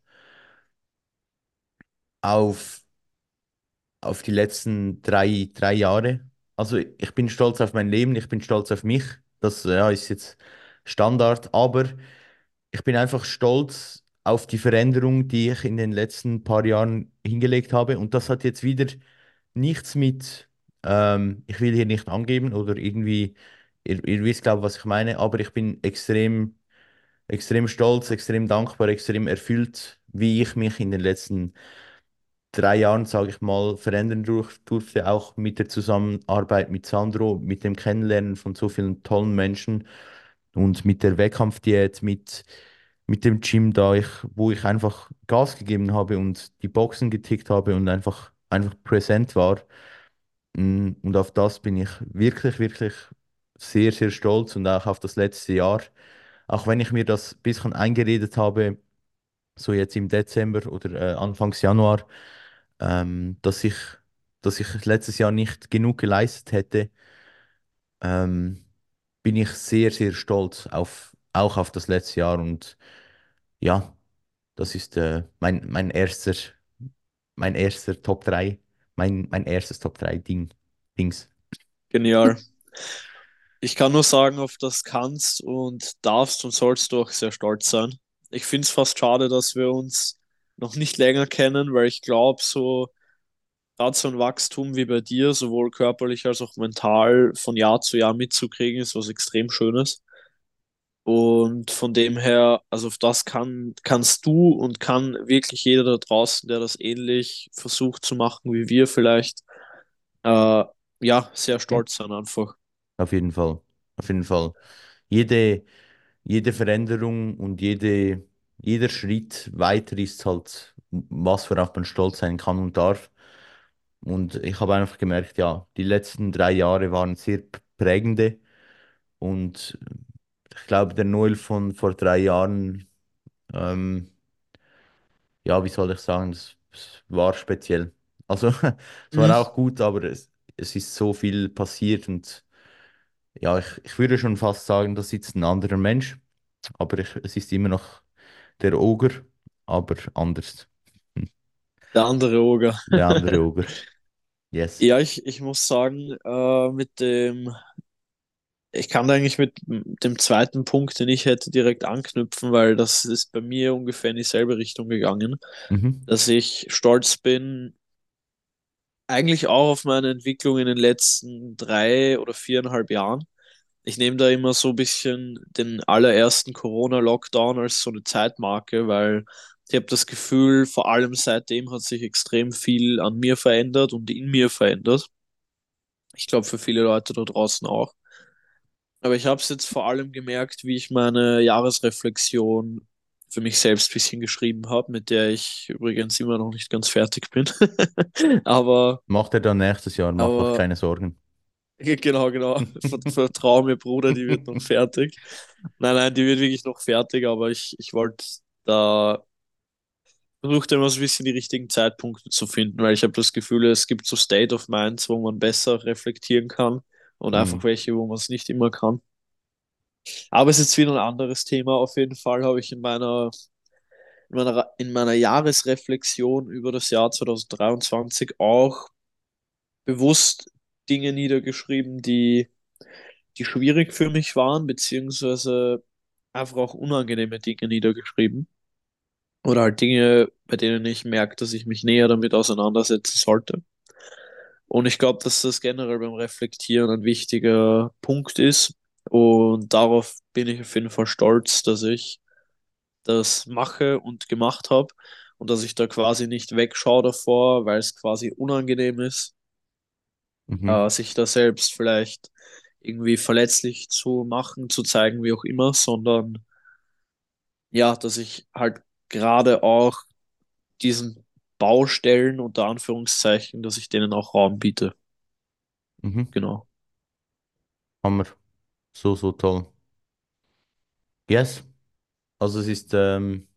auf auf die letzten drei, drei Jahre. Also ich bin stolz auf mein Leben, ich bin stolz auf mich. Das ja, ist jetzt Standard, aber ich bin einfach stolz auf die Veränderung, die ich in den letzten paar Jahren hingelegt habe. Und das hat jetzt wieder nichts mit, ähm, ich will hier nicht angeben oder irgendwie, ihr, ihr wisst, glaube ich, was ich meine, aber ich bin extrem, extrem stolz, extrem dankbar, extrem erfüllt, wie ich mich in den letzten drei Jahren, sage ich mal, verändern durch, durfte, auch mit der Zusammenarbeit mit Sandro, mit dem Kennenlernen von so vielen tollen Menschen und mit der Wettkampfdiät, mit, mit dem Gym, da ich, wo ich einfach Gas gegeben habe und die Boxen getickt habe und einfach, einfach präsent war. Mm, Und auf das bin ich wirklich, wirklich sehr, sehr stolz und auch auf das letzte Jahr. Auch wenn ich mir das ein bisschen eingeredet habe, so jetzt im Dezember oder äh, Anfangs Januar, ähm, dass ich, dass ich letztes Jahr nicht genug geleistet hätte, ähm, bin ich sehr, sehr stolz auf, auch auf das letzte Jahr. Und ja, das ist äh, mein, mein erster, mein erster Top drei mein, mein erstes Top drei Ding, Dings. Genial. Ich kann nur sagen, auf das kannst und darfst und sollst du auch sehr stolz sein. Ich finde es fast schade, dass wir uns noch nicht länger kennen, weil ich glaube, so gerade so ein Wachstum wie bei dir, sowohl körperlich als auch mental von Jahr zu Jahr mitzukriegen, ist was extrem Schönes. Und von dem her, also auf das kann, kannst du und kann wirklich jeder da draußen, der das ähnlich versucht zu machen wie wir vielleicht, äh, ja, sehr Hm? stolz sein einfach. Auf jeden Fall. Auf jeden Fall. Jede, jede Veränderung und jede, jeder Schritt weiter ist halt was, worauf man stolz sein kann und darf. Und ich habe einfach gemerkt, ja, die letzten drei Jahre waren sehr p- prägende. Und ich glaube, der Noel von vor drei Jahren, ähm, ja, wie soll ich sagen, es, es war speziell. Also, es war Mhm. auch gut, aber es, es ist so viel passiert und ja, ich, ich würde schon fast sagen, da sitzt ein anderer Mensch, aber ich, es ist immer noch der Oger, aber anders. Hm, Der andere Oger. Der andere Oger. Yes. Ja, ich, ich muss sagen, äh, mit dem, ich kann da eigentlich mit dem zweiten Punkt, den ich hätte, direkt anknüpfen, weil das ist bei mir ungefähr in dieselbe Richtung gegangen, Mhm. dass ich stolz bin, eigentlich auch auf meine Entwicklung in den letzten drei oder viereinhalb Jahren. Ich nehme da immer so ein bisschen den allerersten Corona-Lockdown als so eine Zeitmarke, weil ich habe das Gefühl, vor allem seitdem hat sich extrem viel an mir verändert und in mir verändert. Ich glaube, für viele Leute da draußen auch. Aber ich habe es jetzt vor allem gemerkt, wie ich meine Jahresreflexion für mich selbst ein bisschen geschrieben habe, mit der ich übrigens immer noch nicht ganz fertig bin. aber, Macht er dann nächstes Jahr, macht euch aber, keine Sorgen. genau, genau. Vert- Vertrau mir, Bruder, die wird noch fertig. Nein, nein, die wird wirklich noch fertig, aber ich, ich wollte da versucht immer so ein bisschen die richtigen Zeitpunkte zu finden, weil ich habe das Gefühl, es gibt so State of Minds, wo man besser reflektieren kann und einfach Mhm. welche, wo man es nicht immer kann. Aber es ist jetzt wieder ein anderes Thema. Auf jeden Fall habe ich in meiner, in meiner, in meiner Jahresreflexion über das Jahr zwanzig dreiundzwanzig auch bewusst Dinge niedergeschrieben, die, die schwierig für mich waren, beziehungsweise einfach auch unangenehme Dinge niedergeschrieben. Oder halt Dinge, bei denen ich merke, dass ich mich näher damit auseinandersetzen sollte. Und ich glaube, dass das generell beim Reflektieren ein wichtiger Punkt ist. Und darauf bin ich auf jeden Fall stolz, dass ich das mache und gemacht habe und dass ich da quasi nicht wegschaue davor, weil es quasi unangenehm ist, Mhm. äh, sich da selbst vielleicht irgendwie verletzlich zu machen, zu zeigen, wie auch immer, sondern ja, dass ich halt gerade auch diesen Baustellen unter Anführungszeichen, dass ich denen auch Raum biete. Mhm. Genau. Hammer. So, so toll. Yes. Also es ist, ähm,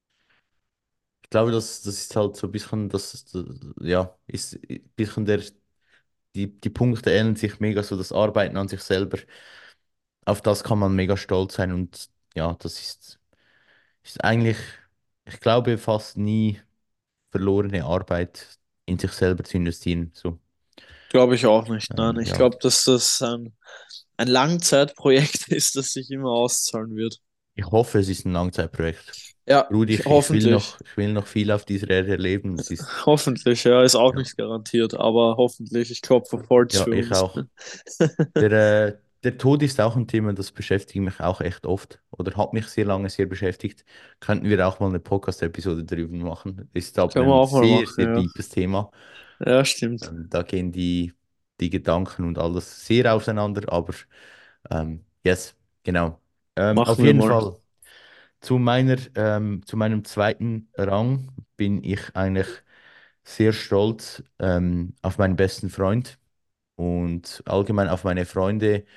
ich glaube, das, das ist halt so ein bisschen, das, das ja, ist ein bisschen der, die, die Punkte ähneln sich mega, so das Arbeiten an sich selber. Auf das kann man mega stolz sein und ja, das ist, ist eigentlich, ich glaube, fast nie verlorene Arbeit in sich selber zu investieren. So, Glaube ich auch nicht. Nein, ähm, ich ja, glaube, dass das ein, ein Langzeitprojekt ist, das sich immer auszahlen wird. ich hoffe, es ist ein Langzeitprojekt. Ja, Rudi, ich, ich, ich will hoffentlich. noch, ich will noch viel auf dieser Erde erleben. Es ist, Hoffentlich, ja, ist auch ja, nicht garantiert, aber hoffentlich. Ich klopfe auf Holz ja, für ich uns. auch. Der, äh, Der Tod ist auch ein Thema, das beschäftigt mich auch echt oft oder hat mich sehr lange sehr beschäftigt. Könnten wir auch mal eine Podcast-Episode darüber machen. Ist aber Können wir ein auch mal sehr, machen, sehr ja. deepes Thema. Ja, stimmt. Ähm, da gehen die, die Gedanken und alles sehr auseinander, aber ähm, yes, genau. Ähm, auf Machen wir jeden mal. Fall zu meiner, ähm, zu meinem zweiten Rang bin ich eigentlich sehr stolz ähm, auf meinen besten Freund und allgemein auf meine Freunde.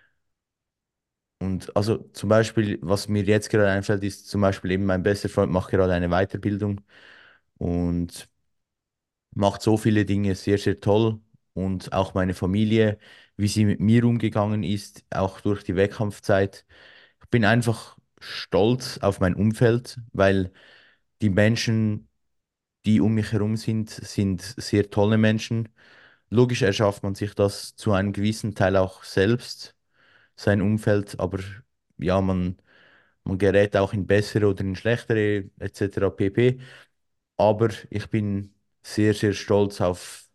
Und also zum Beispiel, was mir jetzt gerade einfällt, ist zum Beispiel eben mein bester Freund macht gerade eine Weiterbildung und macht so viele Dinge sehr, sehr toll. Und auch meine Familie, wie sie mit mir umgegangen ist, auch durch die Wettkampfzeit. Ich bin einfach stolz auf mein Umfeld, weil die Menschen, die um mich herum sind, sind sehr tolle Menschen. Logisch erschafft man sich das zu einem gewissen Teil auch selbst, sein Umfeld, aber ja, man, man gerät auch in bessere oder in schlechtere et cetera pp. Aber ich bin sehr, sehr stolz auf,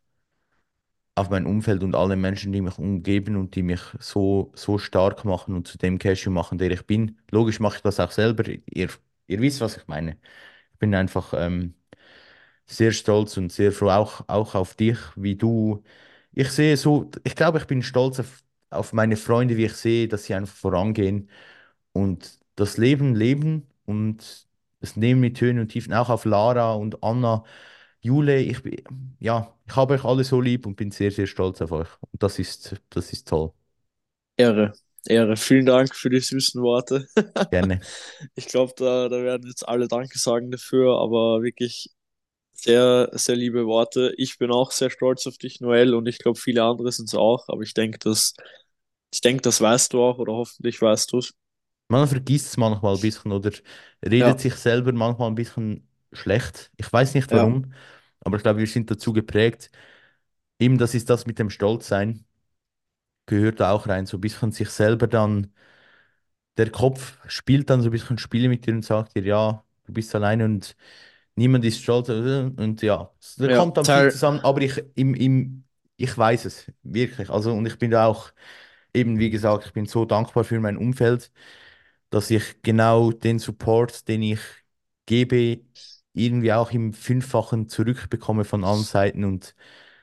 auf mein Umfeld und alle Menschen, die mich umgeben und die mich so, so stark machen und zu dem Cashew machen, der ich bin. Logisch mache ich das auch selber. Ihr, ihr wisst, was ich meine. Ich bin einfach ähm, sehr stolz und sehr froh auch, auch auf dich, wie du. Ich sehe so, ich glaube, ich bin stolz auf, auf meine Freunde, wie ich sehe, dass sie einfach vorangehen und das Leben leben und es nehmen mit Höhen und Tiefen, auch auf Lara und Anna, Jule, ich, bin- ja, ich habe euch alle so lieb und bin sehr, sehr stolz auf euch. Und das ist, das ist toll. Ehre. Ehre. Vielen Dank für die süßen Worte. Gerne. Ich glaube, da, da werden jetzt alle Danke sagen dafür, aber wirklich sehr, sehr liebe Worte. Ich bin auch sehr stolz auf dich, Noel, und ich glaube, viele andere sind es auch, aber ich denke, dass, ich denke, das weißt du auch oder hoffentlich weißt du es. Man vergisst es manchmal ein bisschen oder redet Ja, sich selber manchmal ein bisschen schlecht. Ich weiß nicht ja, warum, aber ich glaube, wir sind dazu geprägt. Eben, das ist das mit dem Stolzsein, gehört da auch rein, so ein bisschen sich selber dann, der Kopf spielt dann so ein bisschen Spiele mit dir und sagt dir, ja, du bist alleine und niemand ist stolz. äh, Und ja, da ja, kommt dann viel Teil, zusammen, aber ich, im, im, ich weiß es, wirklich. Also, und ich bin da auch, eben wie gesagt, ich bin so dankbar für mein Umfeld, dass ich genau den Support, den ich gebe, irgendwie auch im Fünffachen zurückbekomme von allen Seiten. Und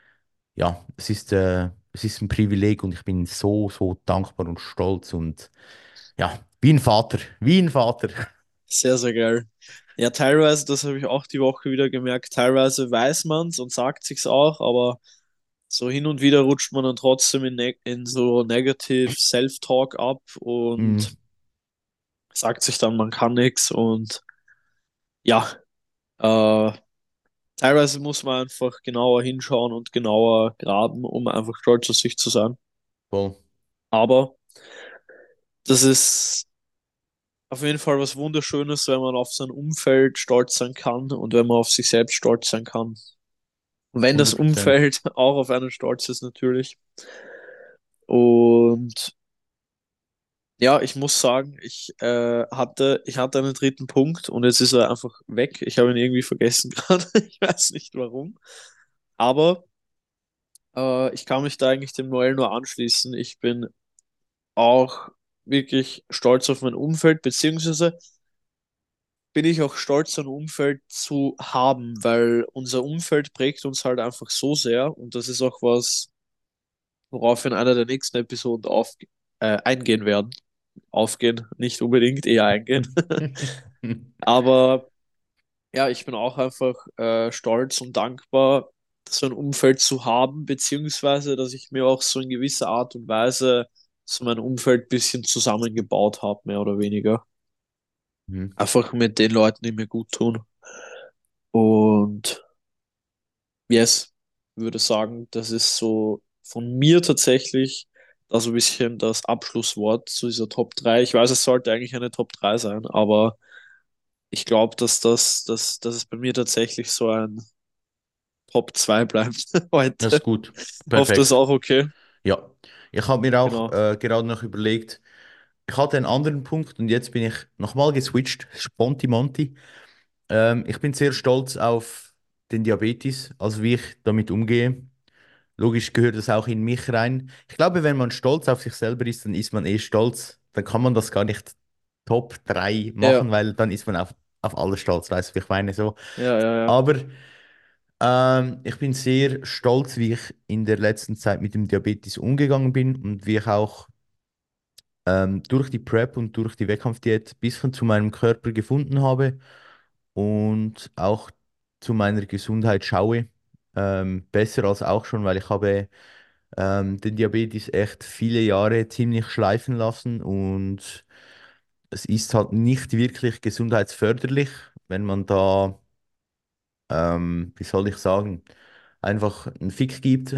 ja, es ist, äh, es ist ein Privileg und ich bin so, so dankbar und stolz und ja, wie ein Vater, wie ein Vater. sehr, sehr geil. Ja, teilweise, das habe ich auch die Woche wieder gemerkt, teilweise weiß man es und sagt sich's auch, aber so hin und wieder rutscht man dann trotzdem in, neg in so Negative Self-Talk ab und Mm, sagt sich dann, man kann nichts und ja, äh, teilweise muss man einfach genauer hinschauen und genauer graben, um einfach stolz auf sich zu sein. voll, Aber das ist auf jeden Fall was Wunderschönes, wenn man auf sein Umfeld stolz sein kann und wenn man auf sich selbst stolz sein kann. Und wenn das hundert Prozent. Umfeld auch auf einen stolz ist, natürlich. Und ja, ich muss sagen, ich äh, hatte, ich hatte einen dritten Punkt und jetzt ist er einfach weg. Ich habe ihn irgendwie vergessen gerade. Ich weiß nicht warum. Aber äh, ich kann mich da eigentlich dem Noel nur anschließen. Ich bin auch wirklich stolz auf mein Umfeld, beziehungsweise bin ich auch stolz, ein Umfeld zu haben, weil unser Umfeld prägt uns halt einfach so sehr und das ist auch was, worauf wir in einer der nächsten Episoden auf, äh, eingehen werden. Aufgehen, nicht unbedingt, eher eingehen. Aber ja, ich bin auch einfach äh, stolz und dankbar, so ein Umfeld zu haben, beziehungsweise, dass ich mir auch so in gewisser Art und Weise so mein Umfeld ein bisschen zusammengebaut habe, mehr oder weniger. Mhm. Einfach mit den Leuten, die mir gut tun. Und yes, würde sagen, das ist so von mir tatsächlich da so ein bisschen das Abschlusswort zu dieser Top drei. Ich weiß, es sollte eigentlich eine Top drei sein, aber ich glaube, dass das, dass, dass es bei mir tatsächlich so ein Top zwei bleibt Das ist heute. gut. Hoffe, das ist Perfekt. auch okay. Ja, ich habe mir auch Genau. äh, gerade noch überlegt, ich hatte einen anderen Punkt und jetzt bin ich nochmal geswitcht, Sponti Monti. Ähm, ich bin sehr stolz auf den Diabetes, also wie ich damit umgehe. logisch gehört das auch in mich rein. Ich glaube, wenn man stolz auf sich selber ist, dann ist man eh stolz. Dann kann man das gar nicht Top drei Ja, machen, weil dann ist man auf, auf alles stolz, weißt du, wie ich meine so. ja, ja, ja. Aber ähm, ich bin sehr stolz, wie ich in der letzten Zeit mit dem Diabetes umgegangen bin und wie ich auch ähm, durch die Prep und durch die Wettkampfdiät ein bisschen zu meinem Körper gefunden habe und auch zu meiner Gesundheit schaue. Ähm, besser als auch schon, weil ich habe ähm, den Diabetes echt viele Jahre ziemlich schleifen lassen und es ist halt nicht wirklich gesundheitsförderlich, wenn man da, ähm, wie soll ich sagen, einfach einen Fick gibt.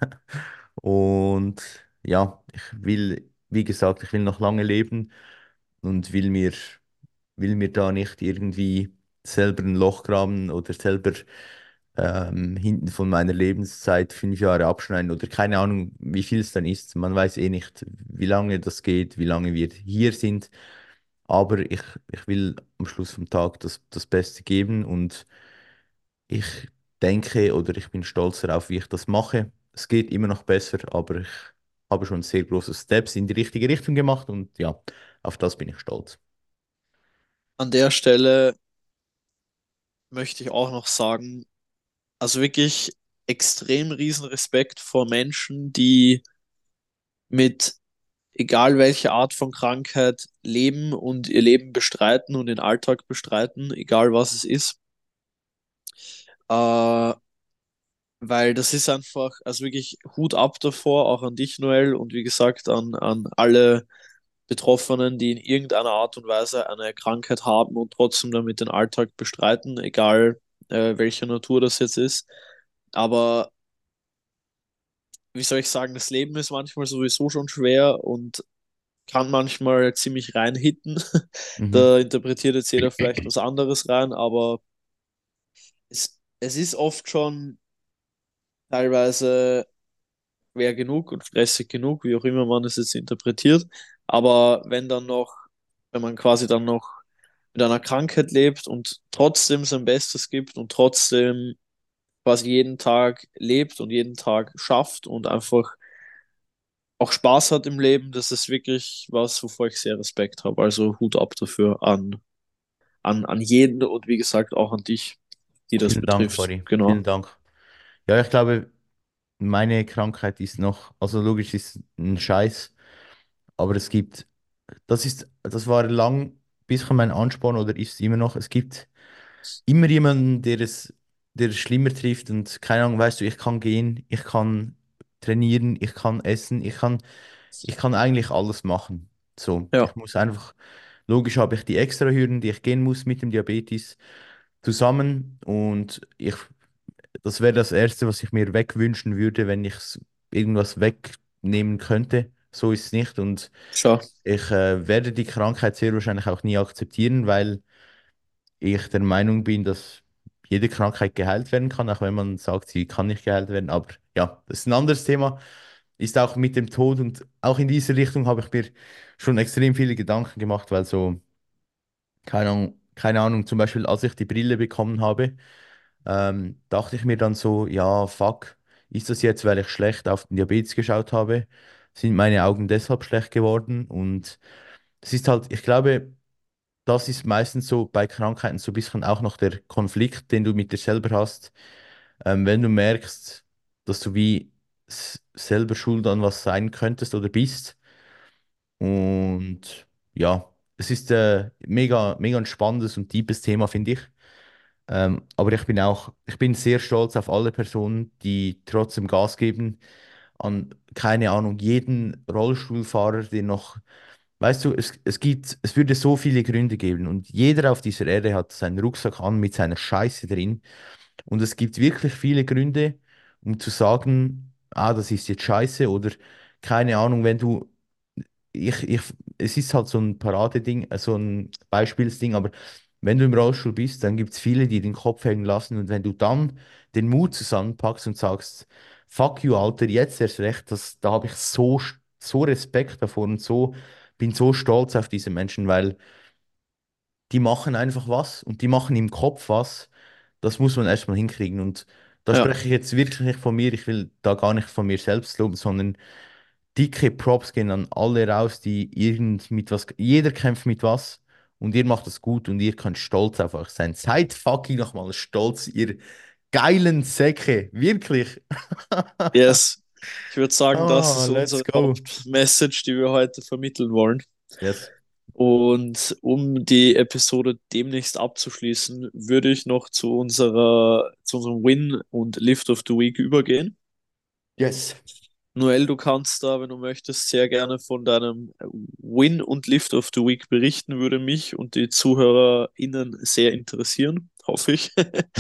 Und ja, ich will, wie gesagt, ich will noch lange leben und will mir, will mir da nicht irgendwie selber ein Loch graben oder selber ähm, hinten von meiner Lebenszeit fünf Jahre abschneiden oder keine Ahnung, wie viel es dann ist. Man weiß eh nicht, wie lange das geht, wie lange wir hier sind. Aber ich, ich will am Schluss vom Tag das, das Beste geben und ich denke oder ich bin stolz darauf, wie ich das mache. Es geht immer noch besser, aber ich habe schon sehr große Steps in die richtige Richtung gemacht und ja, auf das bin ich stolz. An der Stelle möchte ich auch noch sagen, also wirklich extrem riesen Respekt vor Menschen, die mit egal welche Art von Krankheit leben und ihr Leben bestreiten und den Alltag bestreiten, egal was es ist. Äh, Weil das ist einfach, also wirklich Hut ab davor, auch an dich, Noel, und wie gesagt an, an alle Betroffenen, die in irgendeiner Art und Weise eine Krankheit haben und trotzdem damit den Alltag bestreiten, egal äh, welcher Natur das jetzt ist. Aber wie soll ich sagen, das Leben ist manchmal sowieso schon schwer und kann manchmal ziemlich reinhitten. Mhm. Da interpretiert jetzt jeder vielleicht was anderes rein, aber es, es ist oft schon teilweise schwer genug und stressig genug, wie auch immer man es jetzt interpretiert. Aber wenn dann noch, wenn man quasi dann noch mit einer Krankheit lebt und trotzdem sein Bestes gibt und trotzdem quasi jeden Tag lebt und jeden Tag schafft und einfach auch Spaß hat im Leben, das ist wirklich was, wovor ich sehr Respekt habe. Also Hut ab dafür an, an, an jeden und wie gesagt auch an dich, die das Vielen Dank, betrifft. Fari. Genau. Vielen Dank. Ja, ich glaube, meine Krankheit ist noch, also logisch ist ein Scheiß, aber es gibt, das ist, das war lang ein bisschen mein Ansporn oder ist es immer noch, es gibt immer jemanden, der es, der es schlimmer trifft und keine Ahnung, weißt du, ich kann gehen, ich kann trainieren, ich kann essen, ich kann, ich kann eigentlich alles machen. So, Ja, ich muss einfach, logisch habe ich die extra Hürden, die ich gehen muss mit dem Diabetes zusammen und ich, das wäre das Erste, was ich mir wegwünschen würde, wenn ich s- irgendwas wegnehmen könnte. So ist es nicht und schau. ich äh, werde die Krankheit sehr wahrscheinlich auch nie akzeptieren, weil ich der Meinung bin, dass jede Krankheit geheilt werden kann, auch wenn man sagt, sie kann nicht geheilt werden. Aber ja, das ist ein anderes Thema. Ist auch mit dem Tod und auch in diese Richtung habe ich mir schon extrem viele Gedanken gemacht, weil so, keine Ahnung, keine Ahnung, zum Beispiel als ich die Brille bekommen habe, ähm, dachte ich mir dann so, ja, fuck, ist das jetzt, weil ich schlecht auf den Diabetes geschaut habe? Sind meine Augen deshalb schlecht geworden? Und das ist halt, ich glaube, das ist meistens so bei Krankheiten so ein bisschen auch noch der Konflikt, den du mit dir selber hast. Ähm, wenn du merkst, dass du wie s- selber schuld an was sein könntest oder bist. Und ja, es ist äh, mega, mega ein spannendes und tiefes Thema, finde ich. Ähm, aber ich bin auch, ich bin sehr stolz auf alle Personen, die trotzdem Gas geben, an, keine Ahnung, jeden Rollstuhlfahrer, der noch, weißt du, es, es gibt, es würde so viele Gründe geben und jeder auf dieser Erde hat seinen Rucksack an mit seiner Scheiße drin und es gibt wirklich viele Gründe, um zu sagen, ah, das ist jetzt Scheiße oder keine Ahnung, wenn du ich, ich, es ist halt so ein Paradeding, äh, so ein Beispielsding, aber wenn du im Rollstuhl bist, dann gibt es viele, die den Kopf hängen lassen und wenn du dann den Mut zusammenpackst und sagst, fuck you, Alter, jetzt erst recht, das, da habe ich so, so Respekt davor und so, bin so stolz auf diese Menschen, weil die machen einfach was und die machen im Kopf was, das muss man erstmal hinkriegen und da Ja, spreche ich jetzt wirklich nicht von mir, ich will da gar nicht von mir selbst loben, sondern dicke Props gehen an alle raus, die irgend mit was, jeder kämpft mit was und ihr macht das gut und ihr könnt stolz auf euch sein. Seid fucking nochmal stolz, ihr geilen Säcke, wirklich. yes. Ich würde sagen, das Ah, ist let's unsere go. Hauptmessage, die wir heute vermitteln wollen. Yes. Und um die Episode demnächst abzuschließen, würde ich noch zu unserer, zu unserem Win und Lift of the Week übergehen. Yes. Noel, du kannst da, wenn du möchtest, sehr gerne von deinem Win und Lift of the Week berichten, würde mich und die ZuhörerInnen sehr interessieren, hoffe ich.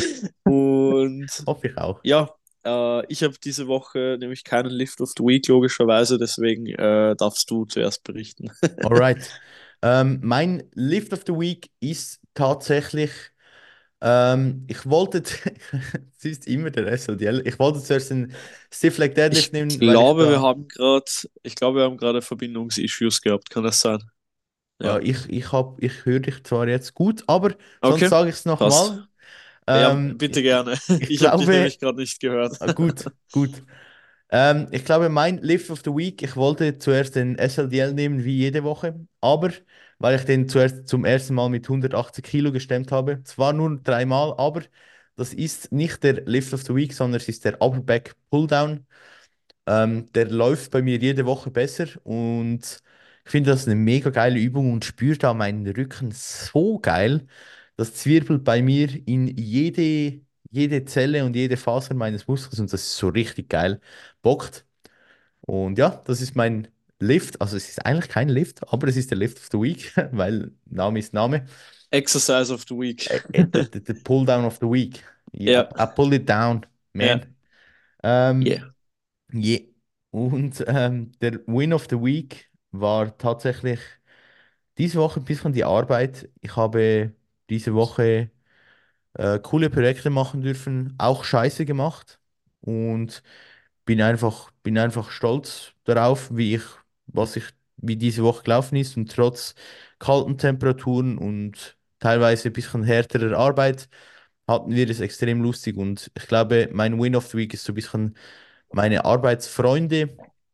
Und Hoffe ich auch. ja, äh, ich habe diese Woche nämlich keinen Lift of the Week, logischerweise, deswegen äh, darfst du zuerst berichten. Alright. Ähm, mein Lift of the Week ist tatsächlich, ähm, ich wollte, es ist immer der S L D L, ich wollte zuerst den Stiff Leg Deadlift Ich nehmen, weil ich glaube, wir da, haben gerade, ich glaube, wir haben gerade Verbindungsissues gehabt, kann das sein? Ja. äh, ich, ich hab, ich höre dich zwar jetzt gut, aber sonst Okay, sage ich es passt. nochmal. Ja, Ähm, bitte ich, gerne. ich Ich habe dich glaube, nämlich gerade nicht gehört. äh, gut, gut. Ähm, ich glaube, mein Lift of the Week, ich wollte zuerst den S L D L nehmen, wie jede Woche, aber weil ich den zuerst zum ersten Mal mit hundertachtzig Kilo gestemmt habe, zwar nur dreimal, aber das ist nicht der Lift of the Week, sondern es ist der Upper Back Pulldown. Ähm, der läuft bei mir jede Woche besser und ich finde das eine mega geile Übung und spüre da meinen Rücken so geil. Das zwirbelt bei mir in jede, jede Zelle und jede Faser meines Muskels und das ist so richtig geil. Bockt. Und ja, das ist mein Lift. Also es ist eigentlich kein Lift, aber es ist der Lift of the Week, weil Name ist Name. Exercise of the Week. Äh, äh, The, the, the Pull Down of the Week. Yeah, Ja, I, I pull it down, ja, man. Ähm, yeah. yeah. Und ähm, der Win of the Week war tatsächlich diese Woche ein bisschen die Arbeit. Ich habe diese Woche äh, coole Projekte machen dürfen, auch Scheiße gemacht und bin einfach, bin einfach stolz darauf, wie ich, was ich, wie diese Woche gelaufen ist und trotz kalten Temperaturen und teilweise ein bisschen härterer Arbeit hatten wir es extrem lustig und ich glaube, mein Win of the Week ist so ein bisschen meine Arbeitsfreunde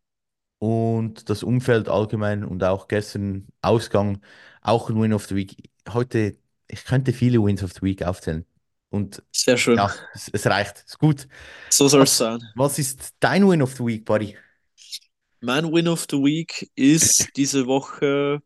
und das Umfeld allgemein und auch gestern Ausgang, auch ein Win of the Week. Heute, ich könnte viele Wins of the Week aufzählen. Und Sehr schön. ja, es, es reicht. Ist gut. So soll es Was, sein. was ist dein Win of the Week, Buddy? Mein Win of the Week ist diese Woche,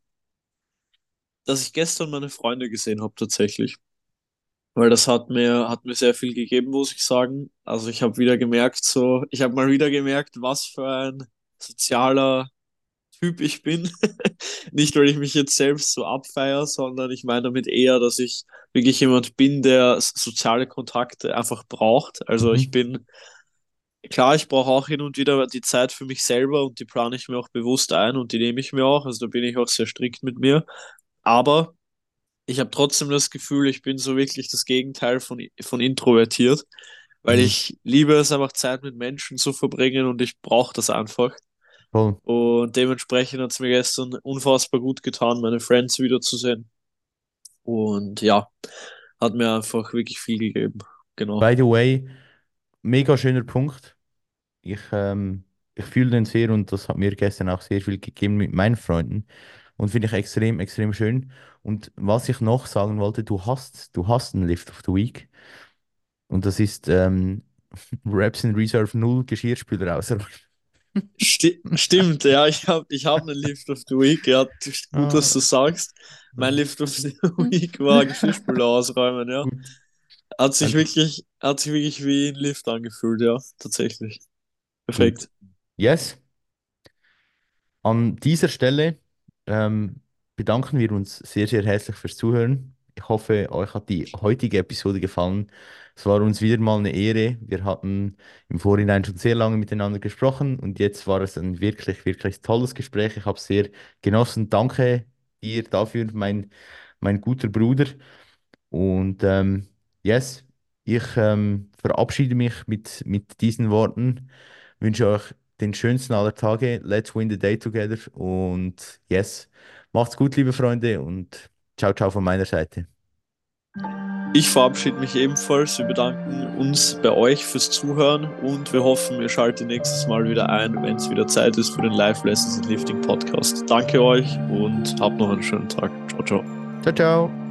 dass ich gestern meine Freunde gesehen habe, tatsächlich. Weil das hat mir, hat mir sehr viel gegeben, muss ich sagen. Also ich habe wieder gemerkt, so, ich habe mal wieder gemerkt, was für ein sozialer Typ ich bin. Nicht, weil ich mich jetzt selbst so abfeiere, sondern ich meine damit eher, dass ich wirklich jemand bin, der s- soziale Kontakte einfach braucht. Also ich Mhm. bin, klar, ich brauche auch hin und wieder die Zeit für mich selber und die plane ich mir auch bewusst ein und die nehme ich mir auch. Also da bin ich auch sehr strikt mit mir. Aber ich habe trotzdem das Gefühl, ich bin so wirklich das Gegenteil von, von introvertiert, weil Mhm. ich liebe es einfach Zeit mit Menschen zu verbringen und ich brauche das einfach. Voll. Und dementsprechend hat es mir gestern unfassbar gut getan, meine Friends wiederzusehen. Und ja, hat mir einfach wirklich viel gegeben. Genau. By the way, mega schöner Punkt. Ich, ähm, ich fühle den sehr und das hat mir gestern auch sehr viel gegeben mit meinen Freunden und finde ich extrem, extrem schön. Und was ich noch sagen wollte, du hast, du hast einen Lift of the Week und das ist ähm, Reps in Reserve null Geschirrspüler ausräumen. Sti stimmt, ja, ich habe ich hab einen Lift of the Week. Ja, gut, dass du Ah, sagst. Mein Lift of the Week war Geschirrspüler ausräumen, ja. gut. Hat sich Einfach wirklich, hat sich wirklich wie ein Lift angefühlt, ja, tatsächlich. gut. Perfekt. Yes. An dieser Stelle ähm, bedanken wir uns sehr, sehr herzlich fürs Zuhören. Ich hoffe, euch hat die heutige Episode gefallen. Es war uns wieder mal eine Ehre. Wir hatten im Vorhinein schon sehr lange miteinander gesprochen und jetzt war es ein wirklich, wirklich tolles Gespräch. Ich habe es sehr genossen. Danke dir dafür, mein, mein guter Bruder. Und ähm, yes, ich ähm, verabschiede mich mit, mit diesen Worten, wünsche euch den schönsten aller Tage. Let's win the day together. Und yes, macht's gut, liebe Freunde, und ciao, ciao von meiner Seite. Ich verabschiede mich ebenfalls. Wir bedanken uns bei euch fürs Zuhören und wir hoffen, ihr schaltet nächstes Mal wieder ein, wenn es wieder Zeit ist für den Live Lessons in Lifting Podcast. Danke euch und habt noch einen schönen Tag. Ciao, ciao. Ciao, ciao.